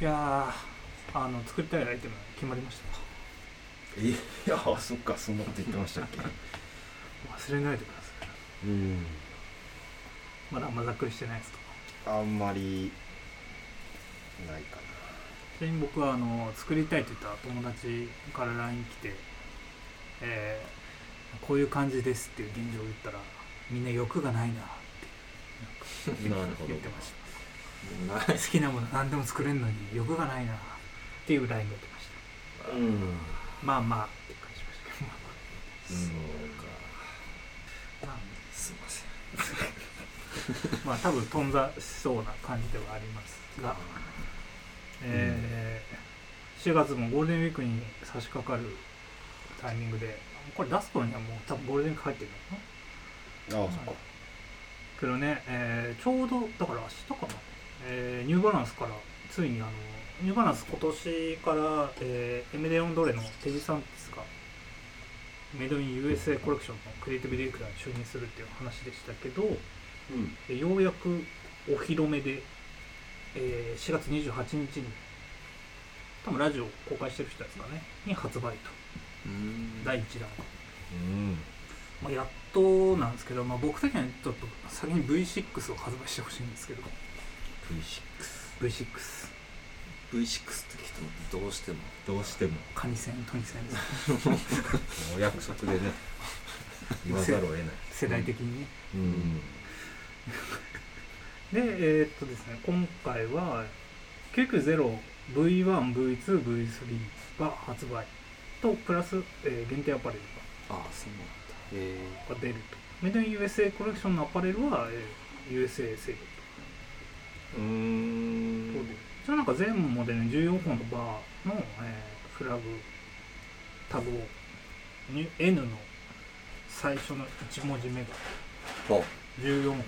いやー作りたいアイテム決まりましたか？ いやそっか、そんなこと言ってましたっけ忘れないでください。まだあんまざっくりしてないですか？ あんまりないかな。 ちなみに僕は作りたいと言った友達から LINE 来て、こういう感じですっていう現状を言ったらみんな欲がないなってなるほど言ってました。好きなもの何でも作れるのに欲がないなっていう LINE が来ました。まあまあって返しましたけど、 そうか、すいませんまあ多分頓挫しそうな感じではありますが、4月もゴールデンウィークに差し掛かるタイミングで、これ出す頃にはもう多分ゴールデンウィーク入ってるのかな。 ああ、そっか。 けどね、ちょうどだから明日かな、ニューバランスからついにニューバランス今年から、エメレオンドレのテジサンティスがメイドイン USA コレクションのクリエイティブディレクターに就任するっていう話でしたけど、ようやくお披露目で、4月28日に多分ラジオ公開してる人ですかねに発売と、第1弾が、まあ、やっとなんですけど、まあ、僕的にはちょっと先に V6 を発売してほしいんですけど、 V6 って聞くとどうしてもカニ戦トニ戦ですお約束でね言わざるを得ない世代的にね、でですね、今回は 990V1V2V3 が発売とプラス、限定アパレルそうなんだが出ると。メイドイン USA コレクションのアパレルは、USA 製と。一応なんか全モデルに14本のバーの、フラグタグを N の最初の1文字目が14本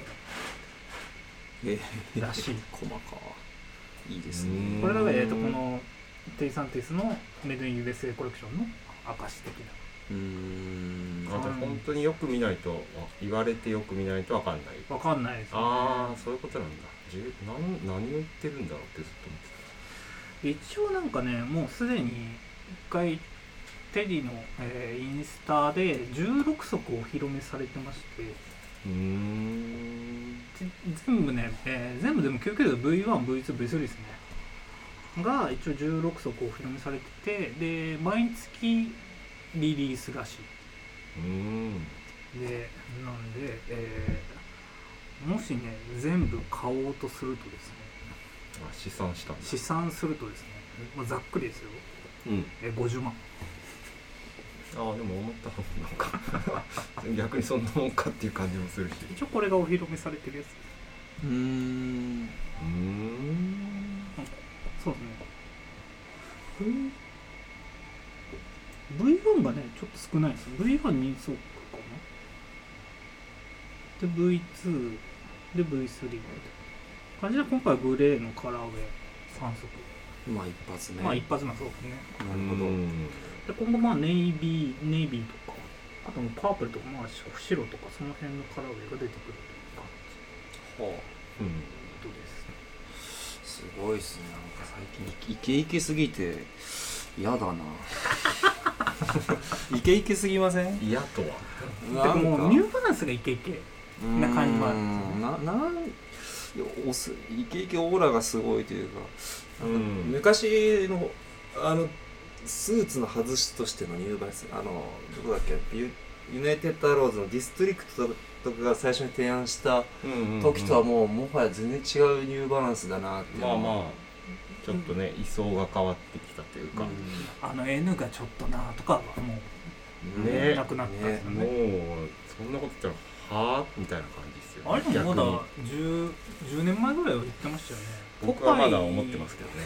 らしい。 細かいいですね。 これが、このテイサンティスのメイドイン USA コレクションの証的な。 本当によく見ないと、言われてよく見ないと分かんない。 分かんないですね。 ああ、そういうことなんだ。何を言ってるんだろうってずっと思ってた。一応なんかね、もうすでに一回テディの、インスタで16足お披露目されてまして、全部ね、全部でも990 V1、V2、V3 ですねが一応16足お披露目されてて、で毎月リリースらしい。でなんで、もしね全部買おうとするとですね、 試算したんだ。 試算するとですね、まあ、ざっくりですよ、50万。 でも思った方がなんか逆にそんなもんかっていう感じもするし、 一応これがお披露目されてるやつです。そうですね。V1 がねちょっと少ないです。V1 2足かな。で V2 で V3 みたいな感じで、今回グレーのカラーウェイ3足。 まあ一発目。 まあ一発目はそうですね。 なるほど。 で今後まあネイビーとか、あとパープルとか、まあ白とかその辺のカラーウェイが出てくるという感じです。 すごいですね。なんか最近イケイケすぎて嫌だなイケイケすぎません？ 嫌とはなんかもうニューバランスがイケイケな感じもあるんですよね。イケイケオーラがすごいというか、昔のスーツの外しとしてのニューバランス、どこだっけ、ユナイテッドアローズのディストリクトとかが最初に提案した時とはもはや全然違うニューバランスだなっていう。 まあちょっとね、位相が変わってきたというか、 N がちょっとなとかはもうねなくなったんですよね。 もうそんなこと言ったらはぁみたいな感じですよね。 あれもまだ 10年前ぐらいは言ってましたよね。 僕はまだ思ってますけどね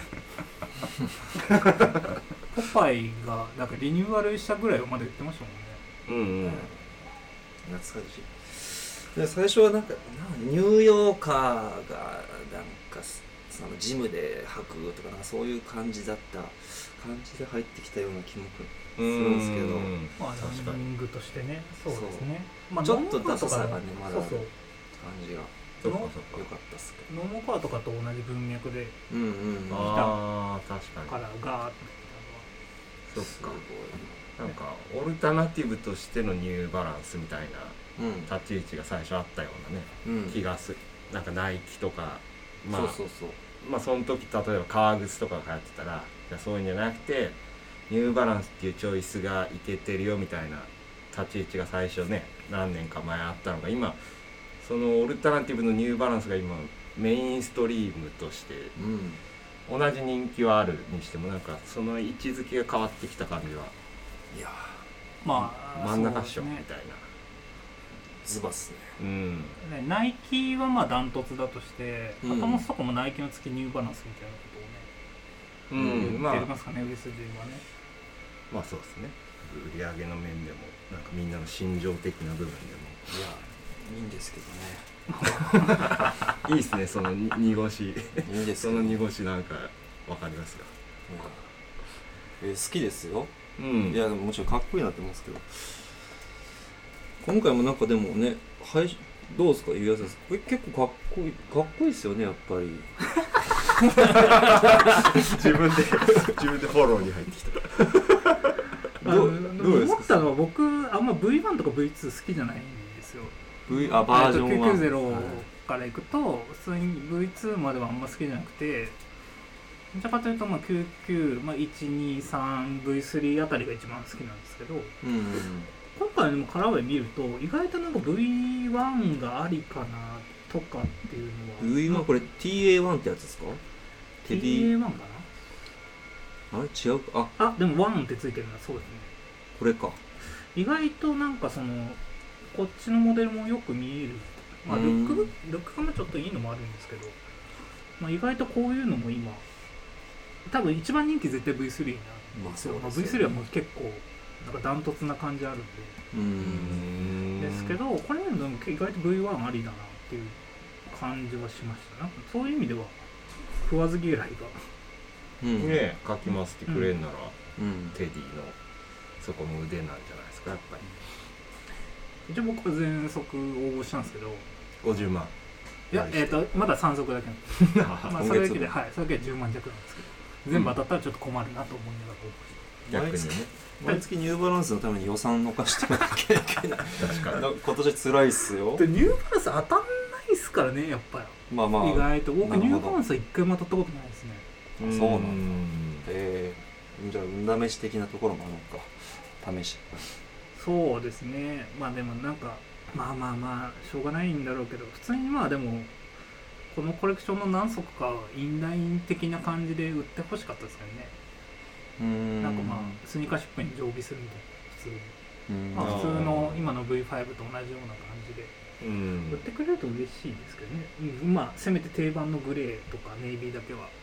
ポパイがなんかリニューアルしたぐらいはまだ言ってましたもんね。 懐かしい。で最初はなんかニューヨーカーがなんかそのジムで履くとか、なんかそういう感じだった感じで入ってきたような気もするんですけど、 まあランニングとしてね、そうですね。 ちょっとダサさがねまだある感じが。 そっかそっか。 良かったっすけノーモコアとかと同じ文脈でど。うんうん。 ああ確かに。 からガーッとそっか。なんかオルタナティブとしてのニューバランスみたいなうん立ち位置が最初あったようなね、 うん。 気がする。なんかナイキとか、まあそうそう。 まあその時例えば革靴とかが流行ってたら、じゃあそういうんじゃなくてニューバランスっていうチョイスがいけてるよみたいな立ち位置が最初ね何年か前あったのが、今そのオルタナティブのニューバランスが今メインストリームとしてうん。 同じ人気はあるにしても、なんかその位置づけが変わってきた感じは、 いやまあ真ん中っしょそうですねみたいな。 ズバっすね。 うんねナイキはまあダントツだとして、 うん旗本とかもナイキの月ニューバランスみたいなことをね、 うん、まあ言ってますかね、売れ筋はね。 まあそうですね。売り上げの面でもなんかみんなの心情的な部分でいやいいんですけどね。 もいいですね、その濁しいいんですそけど。 の濁しなんかわかりますよ。 好きですよ。 うんいやでももちろんかっこいいなって思うんですけど、今回もなんかでもね、はい、どうですか、ゆうやさん、これ結構かっこいいですよね、やっぱり。 自分でフォローに入ってきた。 どうですか思ったのは僕あんま V1 とか V2 好きじゃないんですよ。 バージョンは 990からいくと普通に V2 まではあんま好きじゃなくて、どちらかというとまあ99、まあ、123V3 あたりが一番好きなんですけど、 うん今回のカラーウェイ見ると意外となんか V1 がありかなとかっていうのは V1 これ TA1 ってやつですか？テディ TA1 かあれ違うか、 なあ、でも1ってついてるのはそうですね。 これか。 意外となんかそのこっちのモデルもよく見える、まあ、ルックがまあちょっといいのもあるんですけど、まあ、意外とこういうのも今多分一番人気絶対 V3 なんですよ。 まあまあ、 そうですよね V3 はもう結構なんかダントツな感じあるんで、ですけどこれでも意外と V1 ありだなっていう感じはしました。なんかそういう意味では食わず嫌いがうんね書きますってくれんなら、 うんテディのそこも腕なんじゃないですかやっぱり。 一応僕は全速応募したんですけど、 50万。 いやまだ3足だけなんですまあそれだけで、はい、それだけで10万弱なんですけど、全部当たったらちょっと困るなと思いながら応募して、 逆にね。 毎月ニューバランスのために予算のかしてなきゃいけない。 確かに。 今年辛いっすよ。 でニューバランス当たんないっすからね、やっぱり、 まあまあ意外と僕なるほどニューバランスは1回も当たったことないですね。 そうなんだ。じゃあ運試し的なところもあるのか。試し。 そうですね。まあでもなんかまあしょうがないんだろうけど、普通にまあでもこのコレクションの何足かインライン的な感じで売ってほしかったですけどね。なんかまあスニーカーシップに常備するみたいな、普通に、まあ普通の今の V5 と同じような感じで売ってくれると嬉しいですけどね。まあせめて定番のグレーとかネイビーだけは。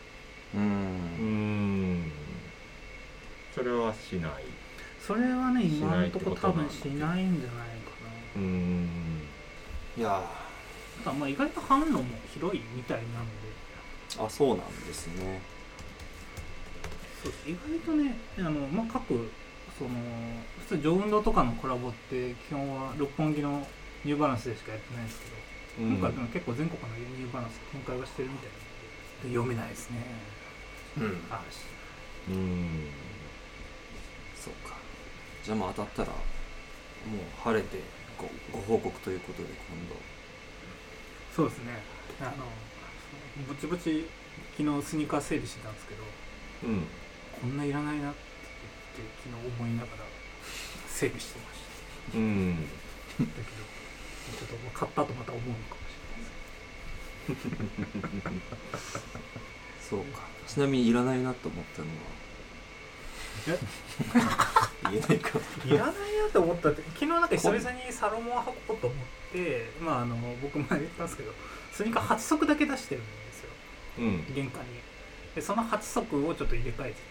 それはしない。 それはね今のところ多分しないんじゃないかな。 いやただまあ意外と販路も広いみたいなので。 あ、そうなんですね。 そうです。意外とね、まあ、各その普通ジョウンドとかのコラボって基本は六本木のニューバランスでしかやってないんですけど、今回でも結構全国のニューバランス展開はしてるみたいなので読めないですね。あるし。 そうか。じゃあまあ当たったらもう晴れてご報告ということで今度。 そうですね。ぼちぼち昨日スニーカー整理してたんですけど、こんないらないなって言って昨日思いながら整理してました。だけどちょっと買った後また思うのかもしれないです。 そうか。ちなみにいらないなと思ったのは言えないか。 いらないなと思ったって、昨日なんか久々にサロモンを履こうと思って、まあ僕前言ったんですけど、スニーカー8足だけ出してるんですよ、玄関に。でその8足をちょっと入れ替えてて、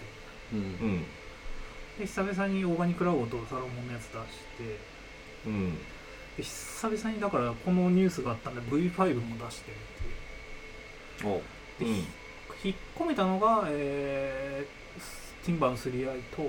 で久々にオーガニックラボとサロモンのやつ出して、で久々にだからこのニュースがあったんで V5 も出してるっていう。で引っ込めたのが、ティンバーの 3i と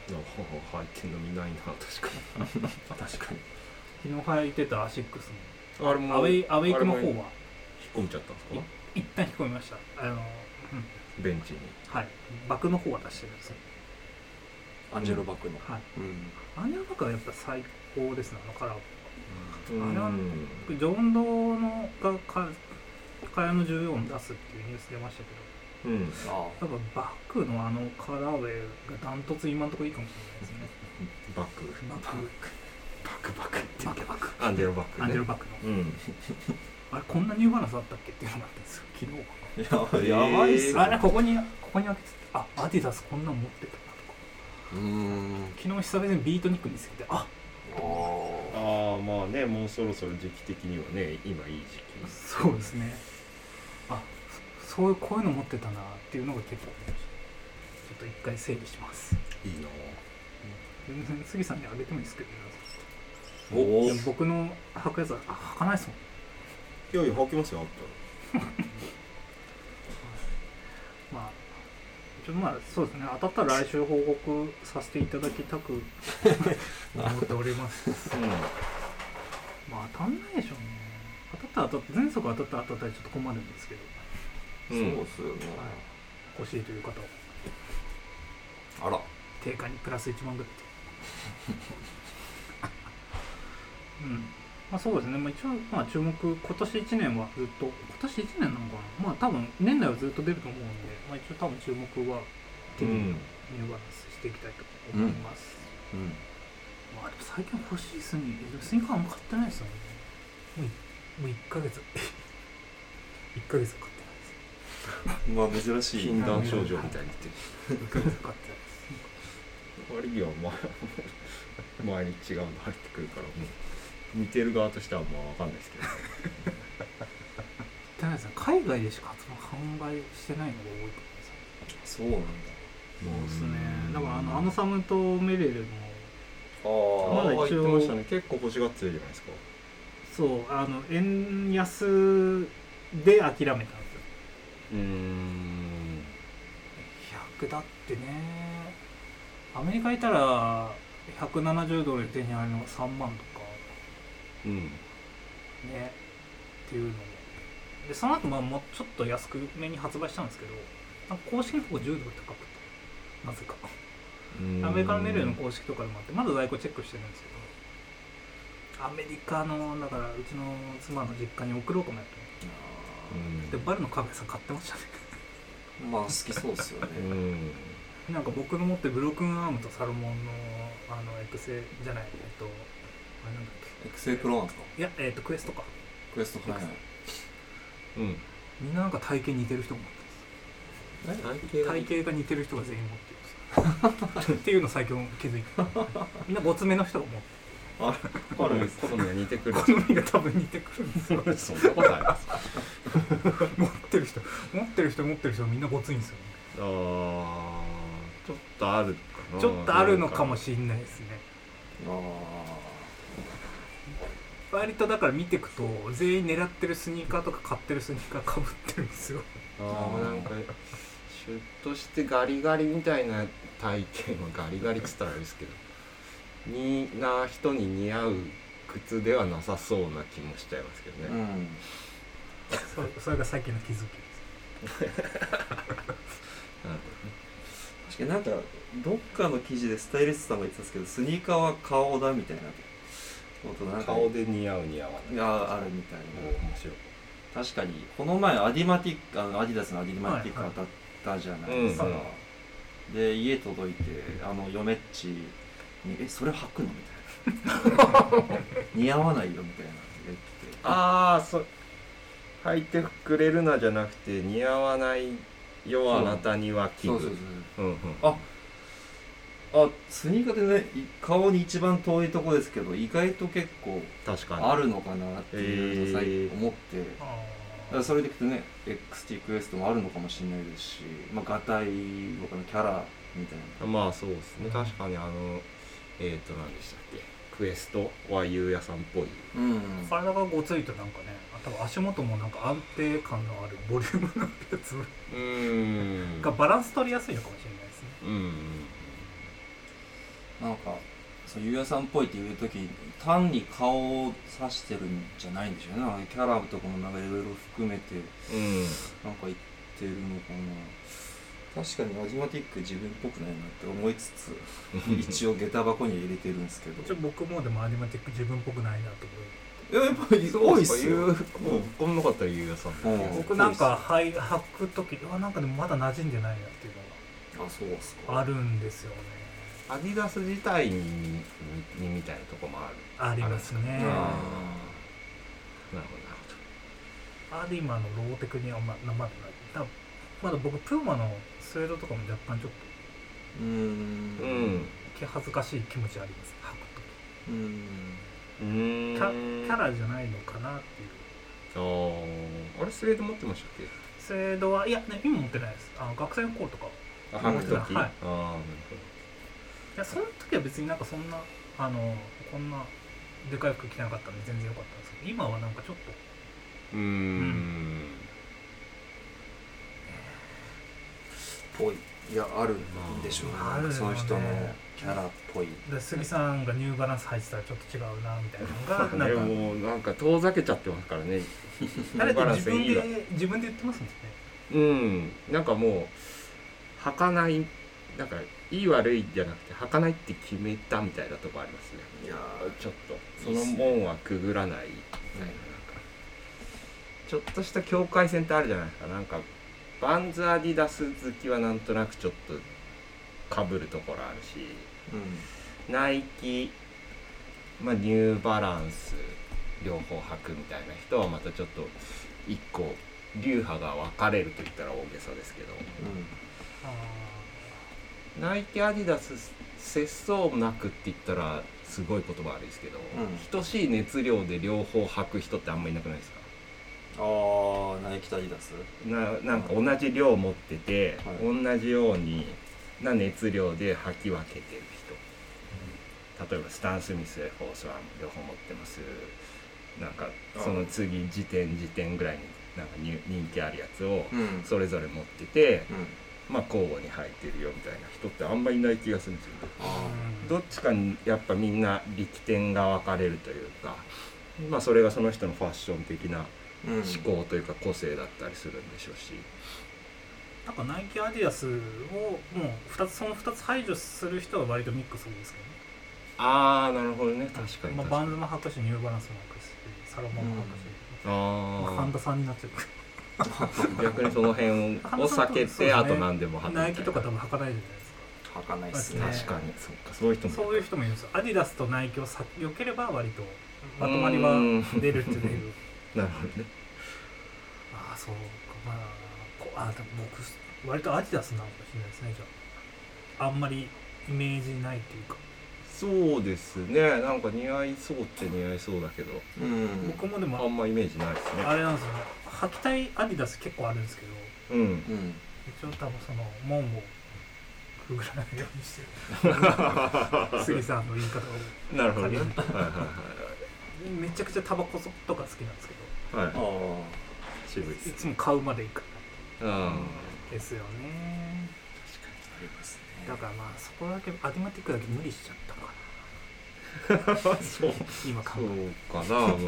入ってんの見ないな、確かに。 確かに。 昨日履いてたアシックスのあれもアウェイクの方は引っ込んじゃったんですか？ 一旦引っ込みました。 ベンチに。 はい、バクの方は出してるんですよ。 アンジェロバクの、 はい、 うん、 アンジェロバクはやっぱ最高ですね、あのカラーは。 うんあれはジョンドーのがカヤの14出すっていうニュース出ましたけど、 うん。 あやっぱバックのあのカラーウェイがダントツ今のところいいかもしれないですね。 バックバックってバクアンジェロバックね。 アンジェロバックの、 うん。 あれこんなニューバランスあったっけっていうのがあったんですよ昨日は。 やばいっすね、 あれここに開けてアディダスこんなん持ってたなとか、昨日久々にビートニック見つけてああまあね、もうそろそろ時期的にはね、今いい時期。 そうですね、こういうの持ってたなっていうのが結構ちょっと一回整理します。 いいな。 全然杉さんにあげてもいいですけどね。 おでも僕の履くやつは履かないですもん。 いやいや履きますよ、あったら。 まあそうですね、当たったら来週報告させていただきたく思っております。まあ当たんないでしょうね。当たった前作当たったらちょっと困るんですけど、 そうっすよね、 欲しいという方はあら定価にプラス1万ぐらいまあそうですね、まあ、一応まあ注目、今年1年はずっと、今年1年なのかな、まあ多分年内はずっと出ると思うんで、まあ、一応多分注目は手にニューバランスしていきたいと思います。まあでも最近欲しいスニーカーあんま買ってないですよね。もう1ヶ月1ヶ月買ってないです。 まあ珍しい禁断症状みたいに言ってる。 1ヶ月買ってないです。 割には前に違うの入ってくるから、もう見てる側としてはまあ分かんないですけど。 買ってないですね。海外でしか販売してないのが多いと思います。 そうなんだ。 そうですね。だからあのサムとメレルもまだ一応言ってましたね。結構欲しがってるじゃないですか。 そう円安で諦めたんですよ。100だってね、アメリカいたら170ドルで手に入るのが3万とかねっていうのもで、その後まあもうちょっと安くめに発売したんですけど、なんか公式の方が10ドル高くて、なぜかアメリカのメルの公式とかでもあって、まだ在庫チェックしてるんですけど、アメリカのだからうちの妻の実家に送ろうかもやってます。でバルのカフェさん買ってましたね。 まあ好きそうですよね。 なんか僕の持ってるブロークンアームとサロモンのエクセじゃないあれなんだっけ、 エクセイプロなんですか？ いやクエストか。 クエスト、はい。 みんななんか体型似てる人が持ってるんです。体型が似てる人が全員持ってるんですっていうの最近気づいた。みんなごつめの人が持ってる。 好みが似てくる。 好みが多分似てくるんですよ。 そんなことあります？ 持ってる人みんなごついんですよね。 ちょっとあるかな。 ちょっとあるのかもしれないですね。割とだから見ていくと全員狙ってるスニーカーとか買ってるスニーカーかぶってるんですよ。 なんかシュッとしてガリガリみたいな体型、ガリガリっつったらあれですけどな人に似合う靴ではなさそうな気もしちゃいますけどね。 それがさっきの気づきです。 確かになんかどっかの記事でスタイリストさんが言ってたんですけど、スニーカーは顔だみたいなことなんか顔で似合う似合わないがあるみたいな。 面白い。 確かにこの前アディダスのアディマティック当たったじゃないですか。で家届いて嫁っちにそれ履くのみたいな似合わないよみたいな言って、 履いてくれるなじゃなくて似合わないよあなたには器具。スニーカーでね、顔に一番遠いとこですけど意外と結構あるのかなっていうのを最近思って、だからそれでいくとね XT クエストもあるのかもしれないですし、まあガタイとかのキャラみたいな。 まあそうですね、確かに何でしたっけ、クエストは優也さんっぽい。 体がごついとなんかね、多分足元もなんか安定感のあるボリュームのやつがバランス取りやすいのかもしれないですね。 なんかそうゆうやさんっぽいっていう時単に顔を指してるんじゃないんでしょうね。なんかキャラとかもなんかいろいろ含めてなんか言ってるのかな。確かにアジマティック自分っぽくないなって思いつつ一応下駄箱には入れてるんですけど僕もでもアニマティック自分っぽくないなと思う。 やっぱり多いっすよ。 こんなかったらゆうやさん僕なんか履く時なんかでもまだ馴染んでないなっていうのあ、そうっすか。 があるんですよね。 アディダス自体にみたいなとこもありますね。 なるほどなるほど。アディマのローテクにはまだない。まだ僕プーマのスウェードとかも若干ちょっと気恥ずかしい気持ちあります履くとキャラじゃないのかなっていう。 あれスウェード持ってましたっけ？ スウェードはいや、ね、今持ってないです。学生の頃とか履く時、 はい、なるほど。いやその時は別になんかそんなこんなでかい服着てなかったんで全然良かったんですけど、今はなんかちょっとぽい。いや、あるんでしょうね。その人のキャラっぽい。 杉さんがニューバランス履いてたらちょっと違うなみたいなのがなんかもうなんか遠ざけちゃってますからね。 あれって自分で言ってますもんね。なんかもう履かない、なんかいい悪いじゃなくて履かないって決めたみたいなとこありますね。いやちょっとその門はくぐらないみたいな、なんかちょっとした境界線ってあるじゃないですか。なんかバンズアディダス好きはなんとなくちょっと被るところあるし、ナイキ、ニューバランス両方履くみたいな人はまたちょっと一個流派が分かれると言ったら大げさですけど、ナイキアディダス節操なくって言ったらすごい言葉悪いですけど、等しい熱量で両方履く人ってあんまりいなくないですか？ ナイキとアディダスなんか同じ量持ってて、同じようにな熱量で履き分けてる人、例えばスタン・スミス、フォースワン両方持ってます。なんかその次時点ぐらいになんか人気あるやつをそれぞれ持ってて、交互に履いてるよみたいな人ってあんまりいない気がするんですよね。どっちかにやっぱみんな力点が分かれるというか、それがその人のファッション的な思考というか個性だったりするんでしょうし、 なんかナイキアディダスをもうその2つ排除する人は割とミックスですけどね。 なるほどね。確かにバンズも履くしニューバランスも履くしサロモンも履くし、半田さんになっちゃう逆にその辺を避けて、あと何でも履く。 ナイキとか多分履かないじゃないですか。 履かないですね。 確かにそういう人もいるんですよ。アディダスとナイキを避ければ割とまとまりは出るって出るなるほどね。 そうか。僕割とアディダスなのかもしれないですね。じゃああんまりイメージないっていうか。 そうですね。なんか似合いそうって似合いそうだけど、 僕もでもあんまイメージないですね。 あれなんですよね。履きたいアディダス結構あるんですけど、一応多分その門をくぐらないようにしてる杉さんの言い方をなるほどね。 めちゃくちゃタバコとか好きなんですけど、渋いです。 いつも買うまでいくですよね。 確かにありますね。 だからそこだけアディマティックだけ無理しちゃったかな。 そう今考えそうかな。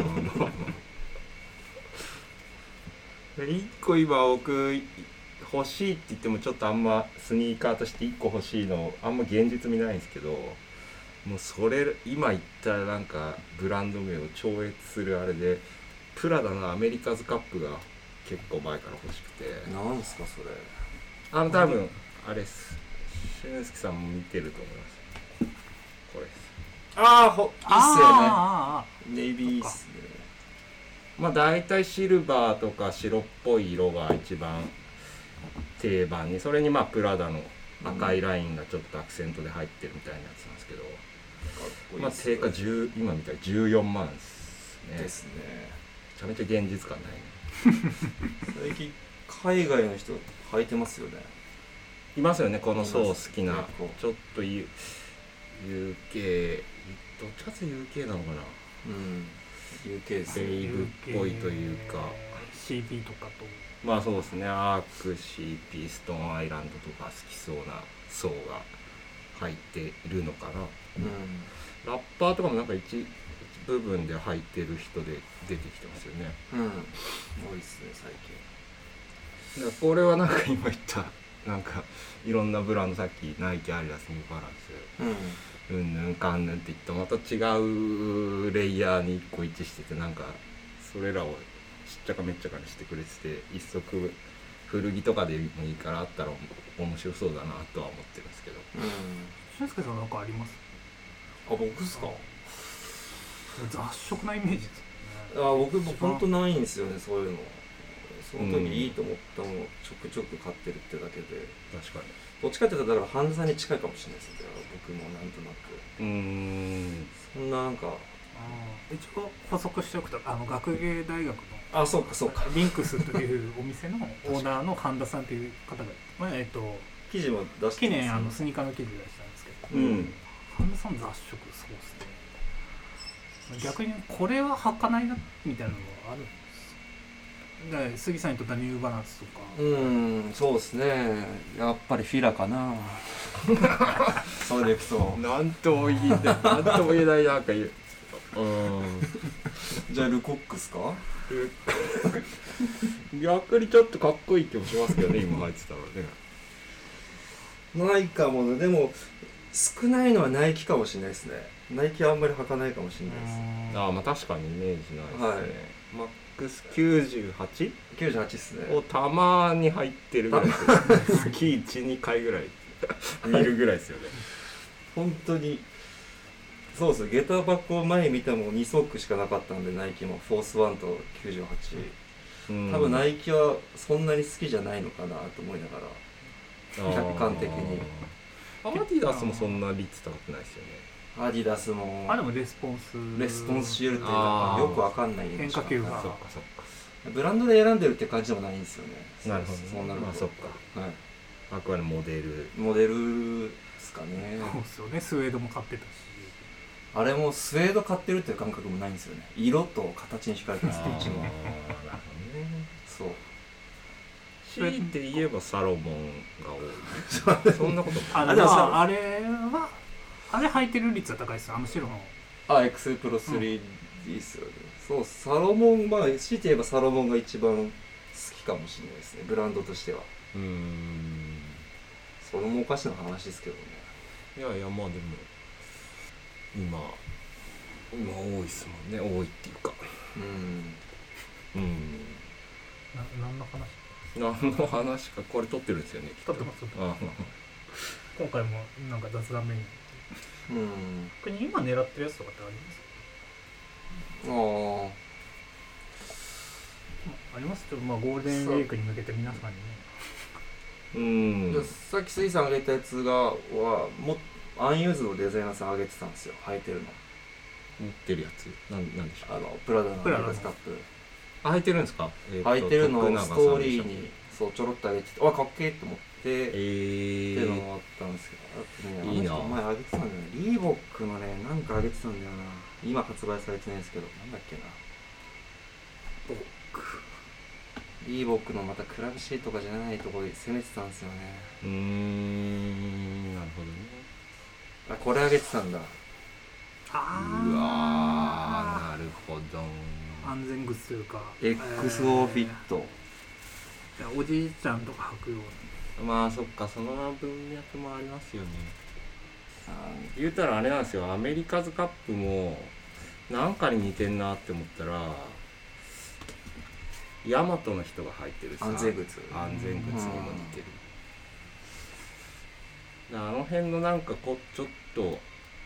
一個今僕欲しいって言ってもちょっとあんまスニーカーとして一個欲しいのあんま現実見ないんですけど、もうそれ今言ったなんかブランド名を超越するあれでプラダのアメリカズカップが結構前から欲しくて。 なんですかそれ？ 多分あれです。俊介さんも見てると思います。これです。 いいっすよね。ネイビーっすね。 大体シルバーとか白っぽい色が一番定番に、それにプラダの赤いラインがちょっとアクセントで入ってるみたいなやつなんですけど、定価今みたいに14万ですね。 ですね。 めちゃめちゃ現実感ないね。 最近海外の人履いてますよね。 いますよね、この層好きな。ちょっとUK どっちかというと UK なのかな。 UK ですね。ベイブっぽいというか CP とかとそうですね。アーク CP ストーンアイランドとか好きそうな層が入っているのかな。 ラッパーとかもなんか一部分で入ってる人で出てきてますよね。 多いっすね最近。 だからこれはなんか今言ったなんかいろんなブランド、さっきナイキ、アディダス、ニューバランス、うんぬんかんぬんって言ったまた違うレイヤーに一個位置してて、なんかそれらをしっちゃかめっちゃかにしてくれてて、一足古着とかでもいいからあったら面白そうだなとは思ってるんですけど。 俊介さんなんかあります？ あ、僕っすか？ 雑食なイメージですよね。僕も本当ないんですよね、そういうの。その時いいと思ったものをちょくちょく買ってるってだけで。 確かに。 どっちかっていうとだから半沢に近いかもしれないですね。僕もなんとなく。そんななんか。 一応補足しておくと、学芸大学のそうかリンクスというお店のオーナーの半田さんという方が、 記事も出して近年スニーカーの記事出したんですけど、半田さん雑食そうですね。逆にこれは履かないなみたいなのがあるんです。杉さんにとってはニューバランスとか。 そうですね。やっぱりフィラかな。それでいくと。 なんとも言えないなんか言う。 じゃあルコックスか？ 逆にちょっとかっこいい気もしますけどね、今入ってたらね。ないかもね。でも少ないのはナイキかもしれないですね。ナイキはあんまり履かないかもしれないです。 まあ確かにイメージないですね。マックス 98？98 っすね。 をたまに入ってるぐらいです。月 1,2 回ぐらい見るぐらいですよね。 本当に。そうですね、下駄箱前見たも2足しかなかったんで、ナイキもフォース1と98、多分ナイキはそんなに好きじゃないのかなと思いながら、客観的に。 アディダスもそんな率高くないですよね。 アディダスもでもレスポンスシールっていうかよくわかんない変化球がそっかブランドで選んでるって感じでもないんですよね。 なるほど、 そうなると、 そっか、あくまでモデルですかね。 そうですよね。スウェードも買ってたし、 あれもスウェード買ってるっていう感覚もないんですよね。色と形に惹かれてるステッチも。そう。 強いて言えばサロモンが多い。そんなことあれ履いてる率は高いですよ。白のエクセプロ3ですよね。そう、サロモン、強いて言えばサロモンが一番好きかもしれないですね、ブランドとしては。それもおかしな話ですけどね。 いやでも今多いっすもんね。多いっていうか何の話か。これ撮ってるんですよね。 撮ってます。今回もなんか雑談メニュー。逆に今狙ってるやつとかってあります？あります。ゴールデンウィークに向けて皆さんにね。 さっき杉さんあげたやつアンユーズのデザイナーさんあげてたんですよ。履いてるの。 持ってるやつなんでしょう。 プラダのビーズカップ。 履いてるんですか？ 履いてるのをストーリーにちょろっと上げてて、かっけえと思ってっていうのもあったんですけど、あとね、前上げてたんだよね。リーボックのね、なんか上げてたんだよな。今発売されてないんですけど、なんだっけな。リーボックのまたクラブシーとかじゃないところで攻めてたんですよね。 なるほどね。 これ上げてたんだ。 うわー、なるほど。 安全靴というか XO フィット、 おじいちゃんとか履くような。そっか、その文脈もありますよね。言うたらあれなんですよ。アメリカズカップもなんかに似てんなって思ったらヤマトの人が履いてる安全靴にも似てる。あの辺のなんかちょっと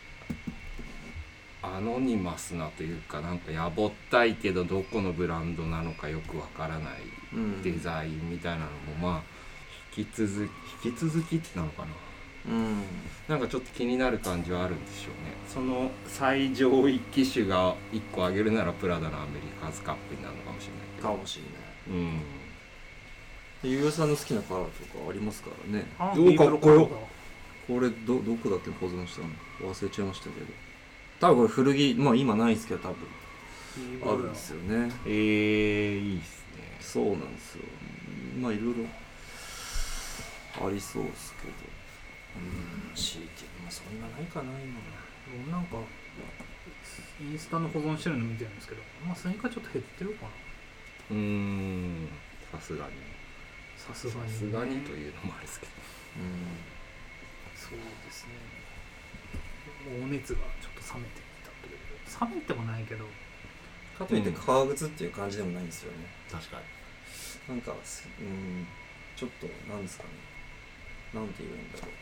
アノニマスなというか、なんかやぼったいけどどこのブランドなのかよくわからないデザインみたいなのも引き続きなのかな。なんかちょっと気になる感じはあるんでしょうね。その最上位機種が1個あげるならプラダのアメリカズカップになるのかもしれないけど。 かもしれない。ゆうやさんの好きなカラーとかありますからね。 かっこよ。これどこだっけ保存したの忘れちゃいましたけど、多分これ古着、今ないですけど多分あるんですよね。 いいっすね。 そうなんですよ。いろいろありそうですけど、強いてそんなないかな今。 なんかインスタの保存してるの見てるんですけど、まあスニーカーちょっと減ってるかな。 さすがにさすがに、ね、 さすがにというのもあれですけど、 そうですね。もうお熱がちょっと冷めてきたという、冷めてもないけど、 かといって革靴っていう感じでもないんですよね。 確かになんかちょっとなんですかね、なんて言うんだろ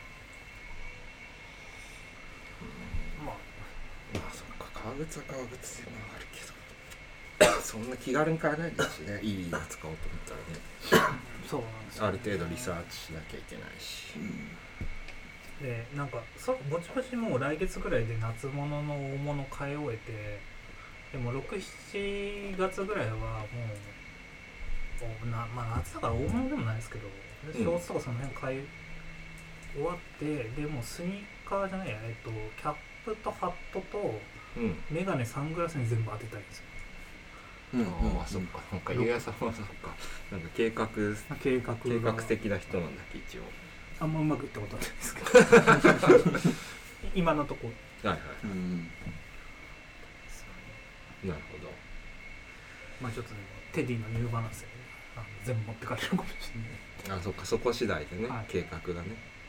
う。 まあそっか、革靴は革靴でもあるけどそんな気軽に買えないですしねいいやつ買おうと思ったらねそうなんですよ、ね、 ある程度リサーチしなきゃいけないし、 でなんかぼちぼちもう来月ぐらいで夏物の大物買い終えて、でも6、7月ぐらいはもうまあ夏だから大物でもないですけど、ショーツとかその辺買い終わって、でもうスニーカーじゃないや、キャップとハットとメガネサングラスに全部当てたいんですよ。 ああそっか、なんかゆうやさんはそっか、なんか計画的な人なんだっけ一応。 あんまうまくいったことないですけど今のとこはいはい、なるほど。 まあちょっとねテディのニューバランスで、ね、全部持ってかれるかもしれない。 あ、そっか、そこ次第でね、 はい、 計画がね。